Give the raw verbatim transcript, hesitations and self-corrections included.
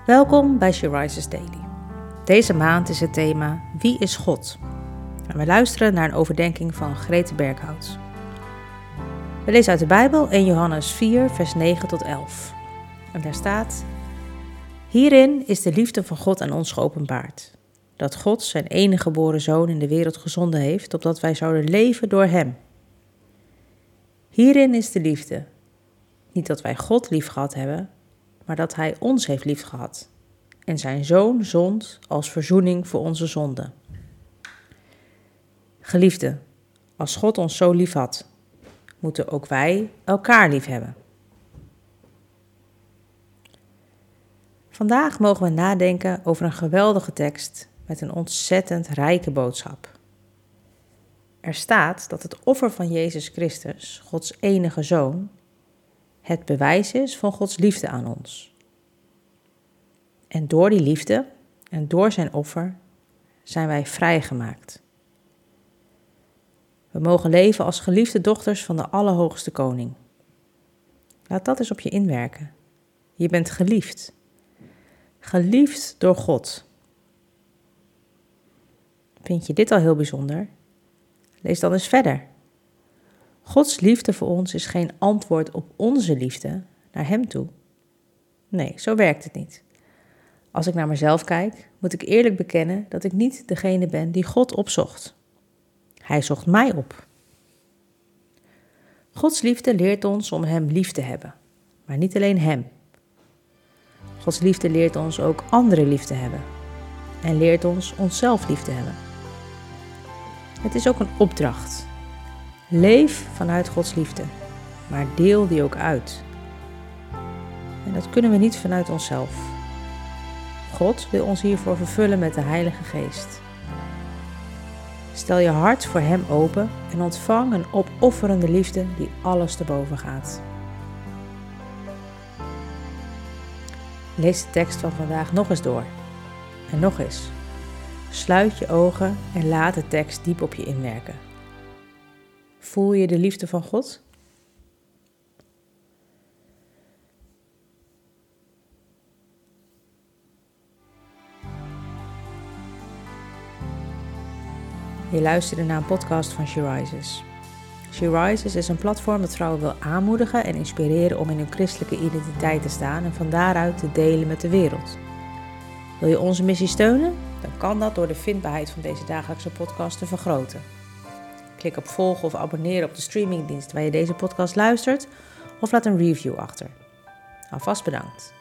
Welkom bij She Rises Daily. Deze maand is het thema Wie is God? En we luisteren naar een overdenking van Grete Berghout. We lezen uit de Bijbel in Johannes vier, vers negen tot elf. En daar staat: Hierin is de liefde van God aan ons geopenbaard. Dat God zijn enige geboren Zoon in de wereld gezonden heeft, opdat wij zouden leven door hem. Hierin is de liefde. Niet dat wij God lief gehad hebben, maar dat hij ons heeft liefgehad en zijn Zoon zond als verzoening voor onze zonden. Geliefden, als God ons zo lief had, moeten ook wij elkaar lief hebben. Vandaag mogen we nadenken over een geweldige tekst met een ontzettend rijke boodschap. Er staat dat het offer van Jezus Christus, Gods enige Zoon, het bewijs is van Gods liefde aan ons. En door die liefde en door zijn offer zijn wij vrijgemaakt. We mogen leven als geliefde dochters van de Allerhoogste Koning. Laat dat eens op je inwerken. Je bent geliefd. Geliefd door God. Vind je dit al heel bijzonder? Lees dan eens verder. Gods liefde voor ons is geen antwoord op onze liefde naar hem toe. Nee, zo werkt het niet. Als ik naar mezelf kijk, moet ik eerlijk bekennen dat ik niet degene ben die God opzocht. Hij zocht mij op. Gods liefde leert ons om hem lief te hebben, maar niet alleen hem. Gods liefde leert ons ook anderen lief te hebben en leert ons onszelf lief te hebben. Het is ook een opdracht. Leef vanuit Gods liefde, maar deel die ook uit. En dat kunnen we niet vanuit onszelf. God wil ons hiervoor vervullen met de Heilige Geest. Stel je hart voor hem open en ontvang een opofferende liefde die alles te boven gaat. Lees de tekst van vandaag nog eens door. En nog eens. Sluit je ogen en laat de tekst diep op je inwerken. Voel je de liefde van God? Je luisterde naar een podcast van She Rises. She Rises is een platform dat vrouwen wil aanmoedigen en inspireren om in hun christelijke identiteit te staan en van daaruit te delen met de wereld. Wil je onze missie steunen? Dan kan dat door de vindbaarheid van deze dagelijkse podcast te vergroten. Klik op volgen of abonneren op de streamingdienst waar je deze podcast luistert of laat een review achter. Alvast bedankt.